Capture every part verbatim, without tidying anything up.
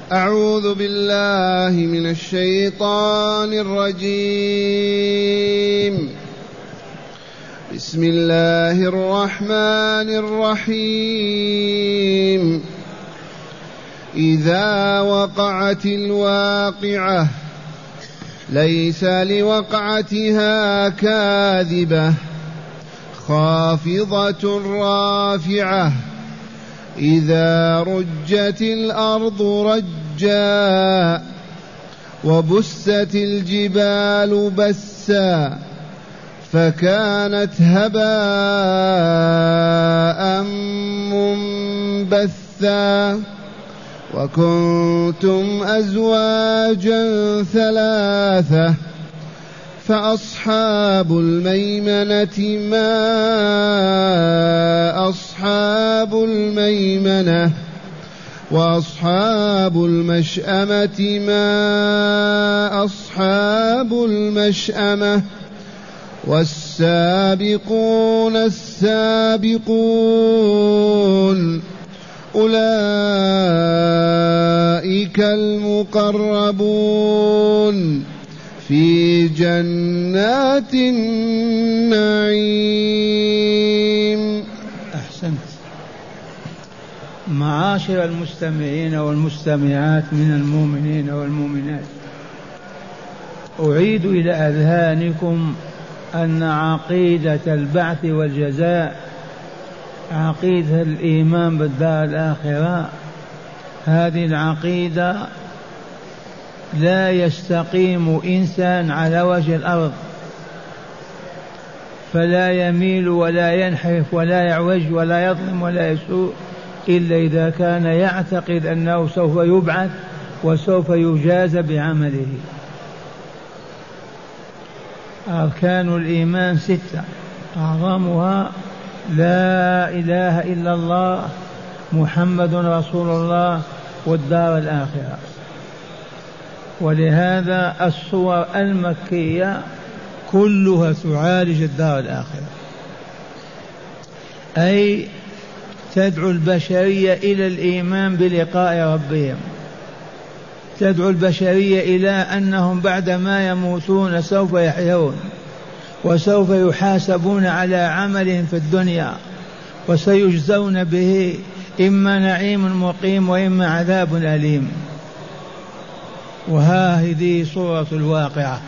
أعوذ بالله من الشيطان الرجيم. بسم الله الرحمن الرحيم. إذا وقعت الواقعة ليس لوقعتها كاذبة خافضة رافعة إذا رجت الأرض رجا وبست الجبال بسا فكانت هباء منبثا وكنتم أزواجا ثلاثة فأصحاب الميمنة ما أصحاب الميمنة وأصحاب المشأمة ما أصحاب المشأمة والسابقون السابقون أولئك المقربون في جنات النعيم. أحسنت. معاشر المستمعين والمستمعات من المؤمنين والمؤمنات، أعيد إلى أذهانكم أن عقيدة البعث والجزاء، عقيدة الإيمان بالدار الآخرة، هذه العقيدة لا يستقيم إنسان على وجه الأرض، فلا يميل ولا ينحرف ولا يعوج ولا يظلم ولا يسوء إلا إذا كان يعتقد أنه سوف يبعث وسوف يجازى بعمله. أركان الإيمان ستة، أعظمها لا إله إلا الله محمد رسول الله والدار الآخرة. ولهذا الصور المكية كلها تعالج الدار الآخرة، أي تدعو البشرية إلى الإيمان بلقاء ربهم، تدعو البشرية إلى أنهم بعدما يموتون سوف يحيون وسوف يحاسبون على عملهم في الدنيا وسيجزون به إما نعيم مقيم وإما عذاب أليم. وهذه صورة الواقعة.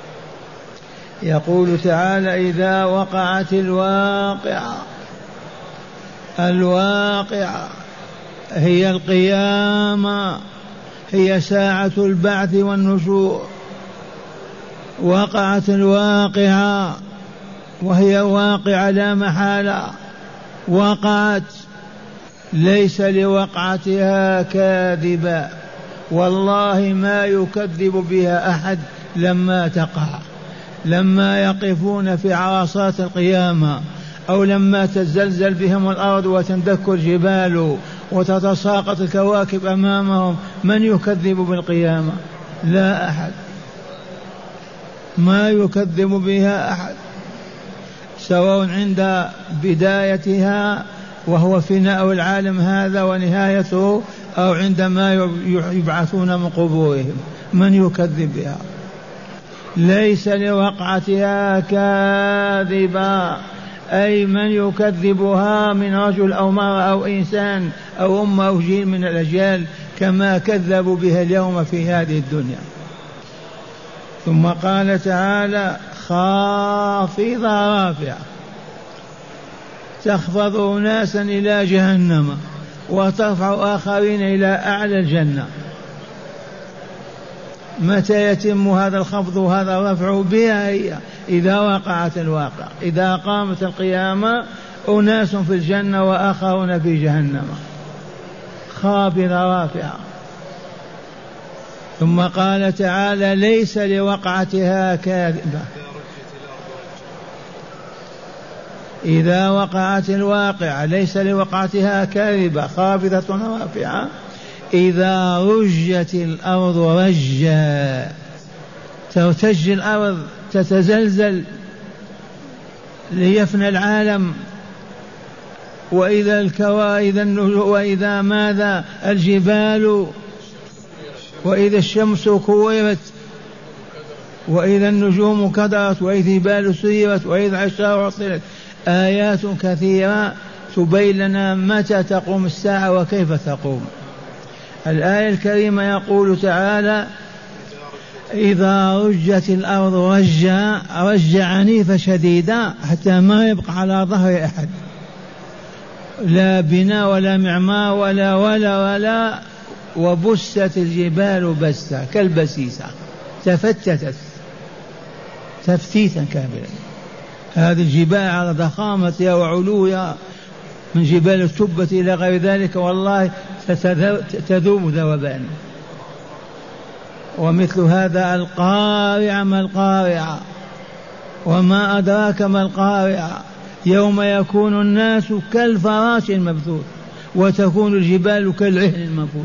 يقول تعالى: إذا وقعت الواقعة. الواقعة هي القيامة، هي ساعة البعث والنشور. وقعت الواقعة وهي واقعة لا محالة، وقعت ليس لوقعتها كاذبة، والله ما يكذب بها أحد لما تقع، لما يقفون في عرصات القيامة أو لما تزلزل بهم الأرض وتندك الجبال وتتساقط الكواكب أمامهم، من يكذب بالقيامة؟ لا أحد، ما يكذب بها أحد، سواء عند بدايتها وهو فناء العالم هذا ونهايته أو عندما يبعثون من قبورهم، من يكذب بها؟ ليس لوقعتها كاذبة، أي من يكذبها من رجل أو مرأة أو إنسان أو أمة أو جيل من الأجيال كما كذبوا بها اليوم في هذه الدنيا. ثم قال تعالى: خافضة رافعة، تخفض أناسا إلى جهنم وترفع آخرين إلى أعلى الجنة. متى يتم هذا الخفض وهذا الرفع؟ بها هي إذا وقعت الواقع، إذا قامت القيامة أناس في الجنة وآخرون في جهنم. خافضة رافعة. ثم قال تعالى: ليس لوقعتها كاذبة. إذا وقعت الواقعة ليس لوقعتها كاذبة خافضة رافعة إذا رجت الأرض رجا، ترتج الأرض تتزلزل ليفنى العالم. وإذا الكواكب وإذا ماذا الجبال وإذا الشمس كورت وإذا النجوم كدرت وإذا الجبال سيرت وإذا العشار عطلت، آيات كثيرة تبين لنا متى تقوم الساعة وكيف تقوم. الآية الكريمة يقول تعالى: إذا رجت الأرض رجا رجا عنيفا شديدا حتى ما يبقى على ظهر أحد، لا بناء ولا معمار ولا ولا ولا وبست الجبال بسا كالبسيسة، تفتتت تفتيتا كاملا. هذه الجبال على ضخامتها وعلوها من جبال التبة إلى غير ذلك والله تذوب ذوبان. ومثل هذا القارعة ما القارعة وما أدراك ما القارعة، يوم يكون الناس كالفراش المبثوث وتكون الجبال كالعهن المنفوش.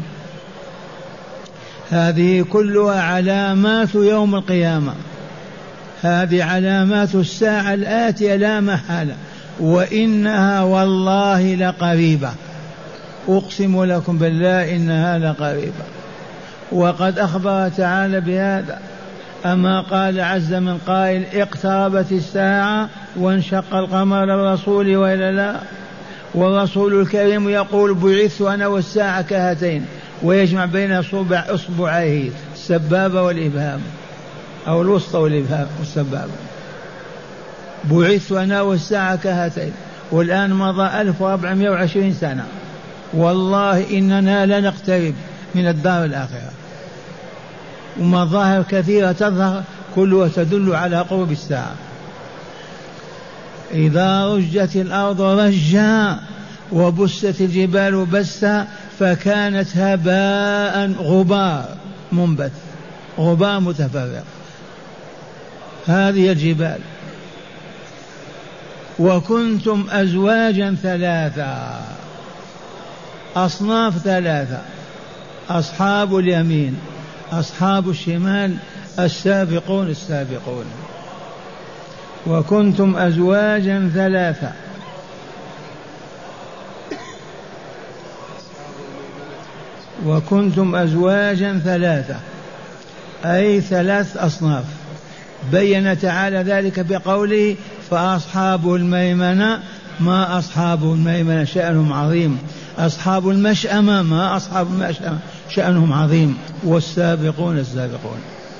هذه كلها علامات يوم القيامة، هذه علامات الساعة الآتية لا محالة، وإنها والله لقريبة، أقسم لكم بالله إنها لقريبة. وقد أخبر تعالى بهذا، أما قال عز من قائل: اقتربت الساعة وانشق القمر للرسول وإلا لا؟ والرسول الكريم يقول: بعثت أنا والساعة كهاتين، ويجمع بين أصبع أصبعيه السبابة والإبهام أو الوسطى والإبهام والسبابة. بعثت أنا والساعة كهاتين، والآن مضى ألف وأربعمائة وعشرين سنة، والله إننا لنقترب من الدار الآخرة، ومظاهر كثيرة تظهر كلها تدل على قرب الساعة. إذا رجت الأرض رجا وبست الجبال بسا فكانت هباء غبار منبث، غبار متفرق. هذه الجبال. وكنتم أزواجا ثلاثة، أصناف ثلاثة: أصحاب اليمين، أصحاب الشمال، السابقون السابقون. وكنتم أزواجا ثلاثة، وكنتم أزواجا ثلاثة أي ثلاث أصناف. بين تعالى ذلك بقوله: فأصحاب الميمنة ما أصحاب الميمنة شأنهم عظيم، أصحاب المشأمة ما أصحاب المشأمة شأنهم عظيم، والسابقون السابقون.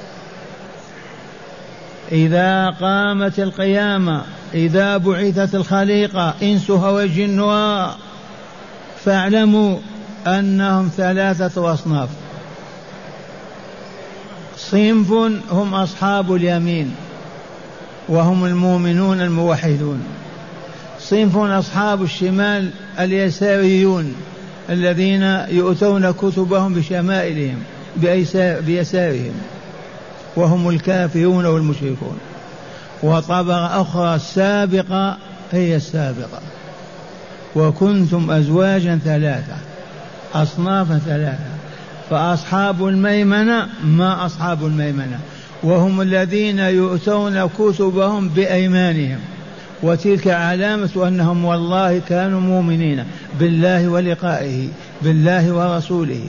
إذا قامت القيامة، إذا بعثت الخليقة إنسها وجنها، فاعلموا أنهم ثلاثة أصناف: صنف هم أصحاب اليمين وهم المؤمنون الموحدون، صنف أصحاب الشمال اليساريون الذين يؤتون كتبهم بشمائلهم بيسارهم وهم الكافرون والمشركون. وطبقة أخرى السابقة هي السابقة. وكنتم أزواجا ثلاثة، أصنافا ثلاثة. فأصحاب الميمنة ما أصحاب الميمنة، وهم الذين يؤتون كتبهم بأيمانهم، وتلك علامة أنهم والله كانوا مؤمنين بالله ولقائه، بالله ورسوله.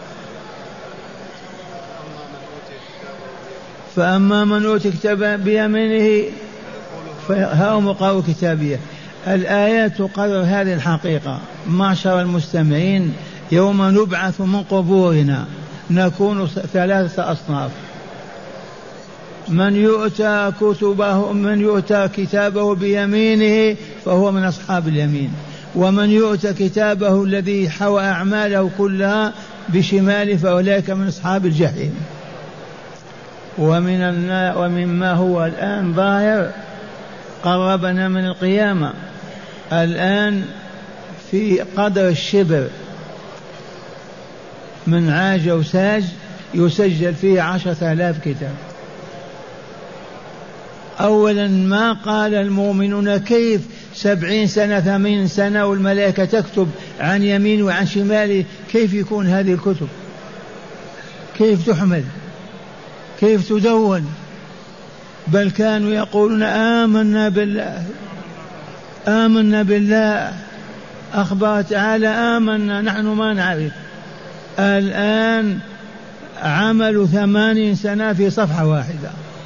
فأما من أوتي كتابا بيمينه فهم قرأوا كتابيه. الآيات تقرر هذه الحقيقة. معشر المستمعين، يوم نبعث من قبورنا نكون ثلاثة أصناف: من يؤتى كتبه من يؤتى كتابه بيمينه فهو من أصحاب اليمين، ومن يؤتى كتابه الذي حوى أعماله كلها بشماله فأولئك من أصحاب الجحيم. ومن النا ومما هو الآن ظاهر قربنا من القيامة، الآن في قدر الشبر من عاج أو ساج يسجل فيه عشرة آلاف كتاب. أولا ما قال المؤمنون كيف سبعين سنة ثمانين سنة والملائكة تكتب عن يمين وعن شمال، كيف يكون هذه الكتب؟ كيف تحمل؟ كيف تدون؟ بل كانوا يقولون آمنا بالله آمنا بالله. أخبر تعالى آمنا، نحن ما نعرف. الآن عمل ثمانين سنة في صفحة واحدة.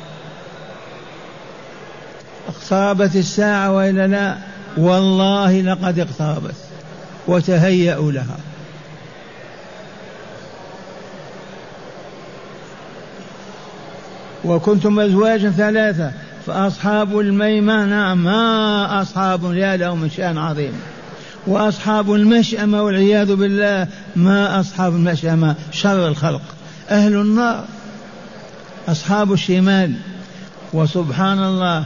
اقتربت الساعة وإلا لا؟ والله لقد اقتربت، وتهيأوا لها. وكنتم أزواجا ثلاثة فأصحاب الميمنة ما أصحاب يا لهم من شأن عظيم، وأصحاب المشأمة والعياذ بالله ما أصحاب المشأمة شر الخلق أهل النار أصحاب الشمال. وسبحان الله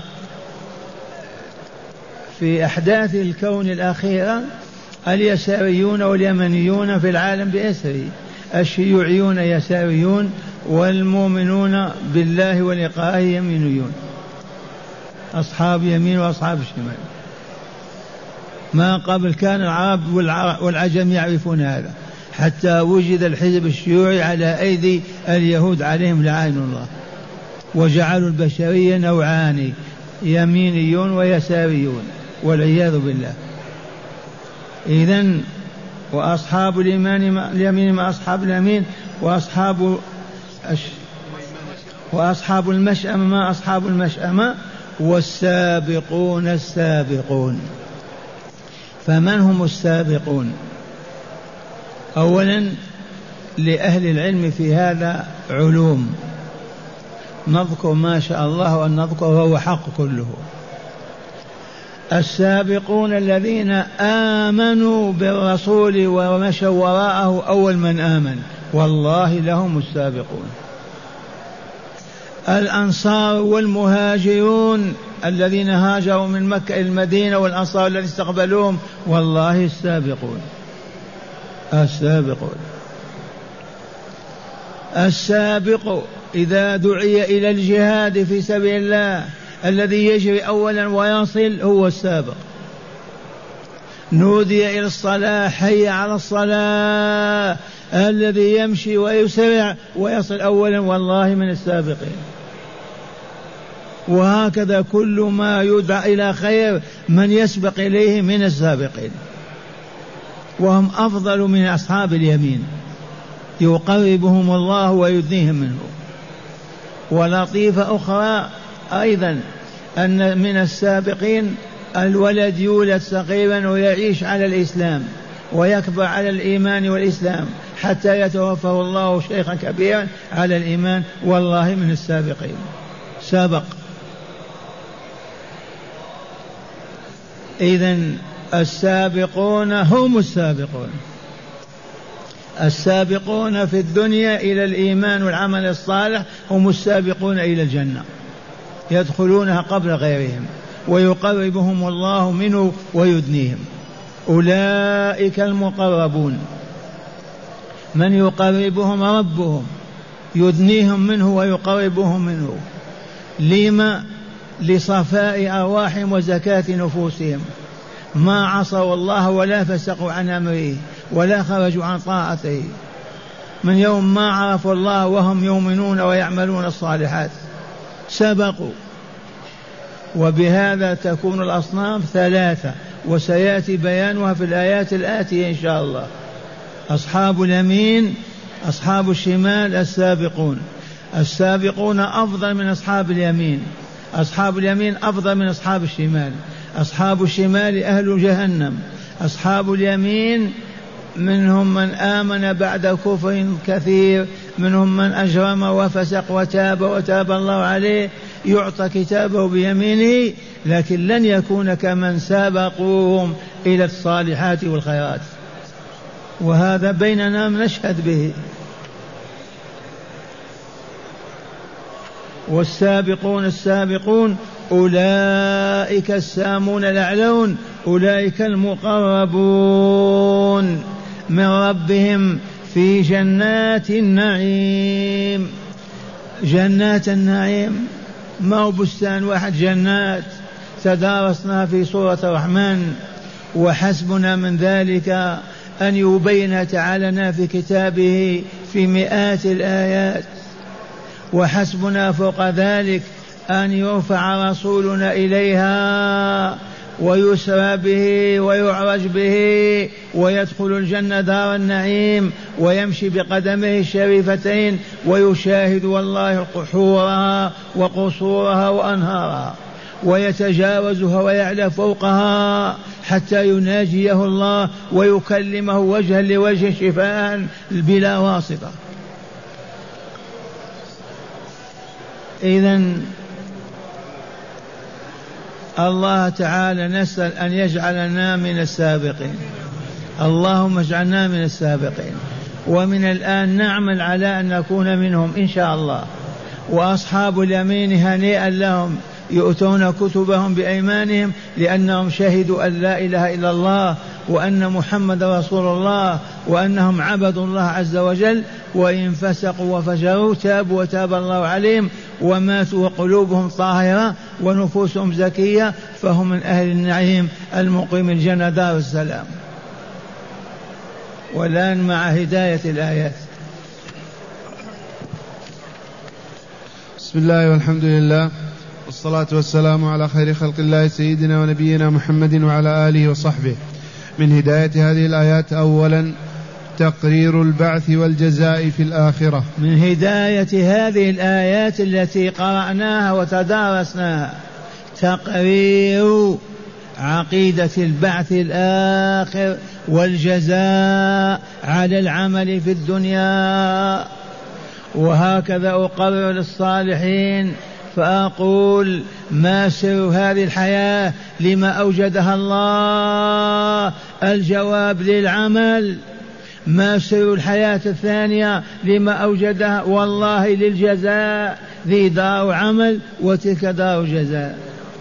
في أحداث الكون الأخيرة اليساريون واليمنيون في العالم بأسره، الشيوعيون يساريون والمؤمنون بالله ولقائه يمينيون، أصحاب يمين وأصحاب الشمال. ما قبل كان العرب والعجم يعرفون هذا، حتى وجد الحزب الشيوعي على أيدي اليهود عليهم لعين الله، وجعلوا البشرية نوعان يمينيون ويساريون والعياذ بالله. إذن وأصحاب اليمين ما أصحاب اليمين، وأصحاب وأصحاب المشأمة ما أصحاب المشأمة، والسابقون السابقون. فمن هم السابقون؟ أولا لأهل العلم في هذا علوم نذكر ما شاء الله أن نذكر وهو حق كله. السابقون الذين آمنوا بالرسول ومشوا وراءه أول من آمن، والله لهم السابقون. الأنصار والمهاجرون الذين هاجروا من مكة إلى المدينة، والأنصار الذين استقبلوهم، والله السابقون السابقون. السابق إذا دعي إلى الجهاد في سبيل الله الذي يجري أولا ويصل هو السابق. نودي إلى الصلاة حي على الصلاة الذي يمشي ويسرع ويصل أولا والله من السابقين. وهكذا كل ما يدعى إلى خير من يسبق إليه من السابقين، وهم أفضل من أصحاب اليمين، يقربهم الله ويدنيهم منه. ولطيفة أخرى أيضا أن من السابقين الولد يولد صغيرا ويعيش على الإسلام ويكبر على الإيمان والإسلام حتى يتوفاه الله شيخا كبيرا على الإيمان، والله من السابقين سابق. إذن السابقون هم السابقون. السابقون في الدنيا إلى الإيمان والعمل الصالح هم السابقون إلى الجنة، يدخلونها قبل غيرهم ويقربهم الله منه ويدنيهم. أولئك المقربون، من يقربهم ربهم يدنيهم منه ويقربهم منه. لما؟ لصفاء أرواحهم وزكاة نفوسهم، ما عصوا الله ولا فسقوا عن أمره ولا خرجوا عن طاعته، من يوم ما عرفوا الله وهم يؤمنون ويعملون الصالحات سبقوا. وبهذا تكون الأصناف ثلاثة، وسيأتي بيانها في الآيات الآتية إن شاء الله. أصحاب اليمين، أصحاب الشمال، السابقون. السابقون أفضل من أصحاب اليمين، أصحاب اليمين أفضل من أصحاب الشمال. أصحاب الشمال أهل جهنم، أصحاب اليمين منهم من آمن بعد كفر كثير، منهم من أجرم وفسق وتاب وتاب الله عليه، يعطى كتابه بيمينه، لكن لن يكون كمن سابقوهم إلى الصالحات والخيرات، وهذا بيننا نشهد به. والسابقون السابقون أولئك السامون الأعلون، أولئك المقربون من ربهم في جنات النعيم. جنات النعيم ما هو بستان واحد، جنات تدارسنا في سورة الرحمن. وحسبنا من ذلك أن يبين تعالى في كتابه في مئات الآيات. وحسبنا فوق ذلك أن يرفع رسولنا إليها ويسرى به ويعرج به ويدخل الجنة دار النعيم ويمشي بقدمه الشريفتين ويشاهد والله حورها وقصورها وأنهارها ويتجاوزها ويعلى فوقها حتى يناجيه الله ويكلمه وجها لوجه شفاء بلا واسطة. إذن الله تعالى نسأل أن يجعلنا من السابقين، اللهم اجعلنا من السابقين، ومن الآن نعمل على أن نكون منهم إن شاء الله. وأصحاب اليمين هنيئا لهم يؤتون كتبهم بأيمانهم لأنهم شهدوا أن لا إله إلا الله وأن محمد رسول الله وأنهم عبدوا الله عز وجل، وإن فسقوا وفجروا تابوا وتاب الله عليهم وماتوا وقلوبهم طاهرة ونفوسهم زكية فهم من أهل النعيم المقيم الجنة دار السلام. والآن مع هداية الآيات. بسم الله والحمد لله والصلاة والسلام على خير خلق الله سيدنا ونبينا محمد وعلى آله وصحبه. من هداية هذه الآيات أولا تقرير البعث والجزاء في الآخرة. من هداية هذه الآيات التي قرأناها وتدارسناها تقرير عقيدة البعث الآخر والجزاء على العمل في الدنيا. وهكذا أقرر للصالحين فأقول ما سر هذه الحياة لما أوجدها الله؟ الجواب للعمل. ما سر الحياة الثانية لما أوجدها؟ والله للجزاء، ذي دار عمل وتلك دار جزاء.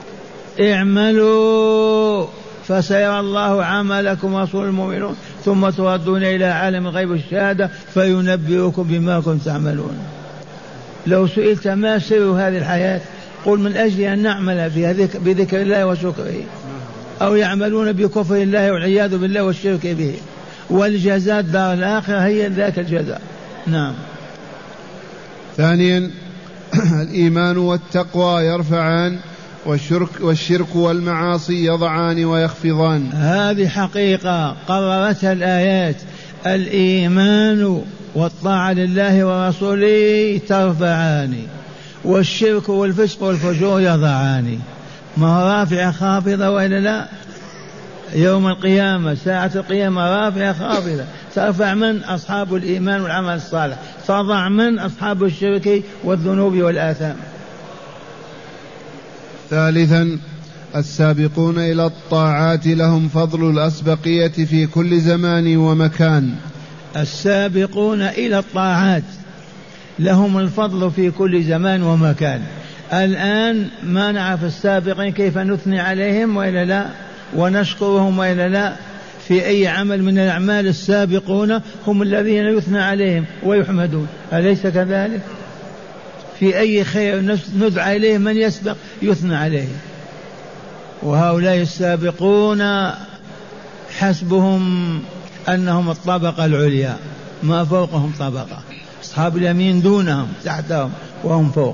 اعملوا فسيرى الله عملكم رسول المؤمنون ثم تردون إلى عالم الغيب والشهادة فينبئكم بما كنتم تعملون. لو سئلت ما سر هذه الحياة قل من أجل أن نعمل فيها بذكر الله وشكره، أو يعملون بكفر الله والعياذ بالله والشرك به. والجزاء دار الآخرة هي ذاك الجزاء. نعم. ثانيا الإيمان والتقوى يرفعان والشرك, والشرك والمعاصي يضعان ويخفضان. هذه حقيقة قررتها الآيات. الإيمان والطاعة لله ورسوله ترفعان، والشرك والفسق والفجور يضعان. ما هو رافع خافضة وإلا لا؟ يوم القيامة ساعة القيامة رافع خافضة. ترفع من؟ أصحاب الإيمان والعمل الصالح. تضع من؟ أصحاب الشرك والذنوب والآثام. ثالثا السابقون إلى الطاعات لهم فضل الأسبقية في كل زمان ومكان. السابقون إلى الطاعات لهم الفضل في كل زمان ومكان. الآن ما نعرف السابقين كيف نثني عليهم وإلا لا، ونشكرهم وإلا لا. في أي عمل من الأعمال السابقون هم الذين يثنى عليهم ويحمدون، أليس كذلك؟ في أي خير ندعى إليه من يسبق يثنى عليه. وهؤلاء السابقون حسبهم أنهم الطبقة العليا، ما فوقهم طبقة. أصحاب اليمين دونهم تحتهم وهم فوق.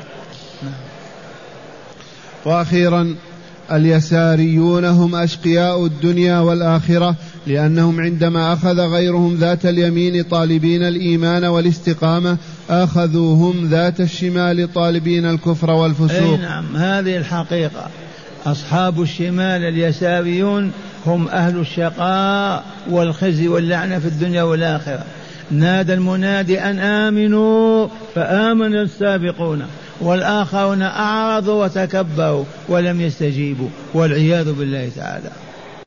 وأخيرا اليساريون هم أشقياء الدنيا والآخرة، لأنهم عندما أخذ غيرهم ذات اليمين طالبين الإيمان والاستقامة أخذوهم ذات الشمال طالبين الكفر والفسوق. نعم، هذه الحقيقة. أصحاب الشمال اليساريون هم أهل الشقاء والخزي واللعنة في الدنيا والآخرة. نادى المنادي أن آمنوا فآمن السابقون، والآخرون أعرضوا وتكبروا ولم يستجيبوا والعياذ بالله تعالى.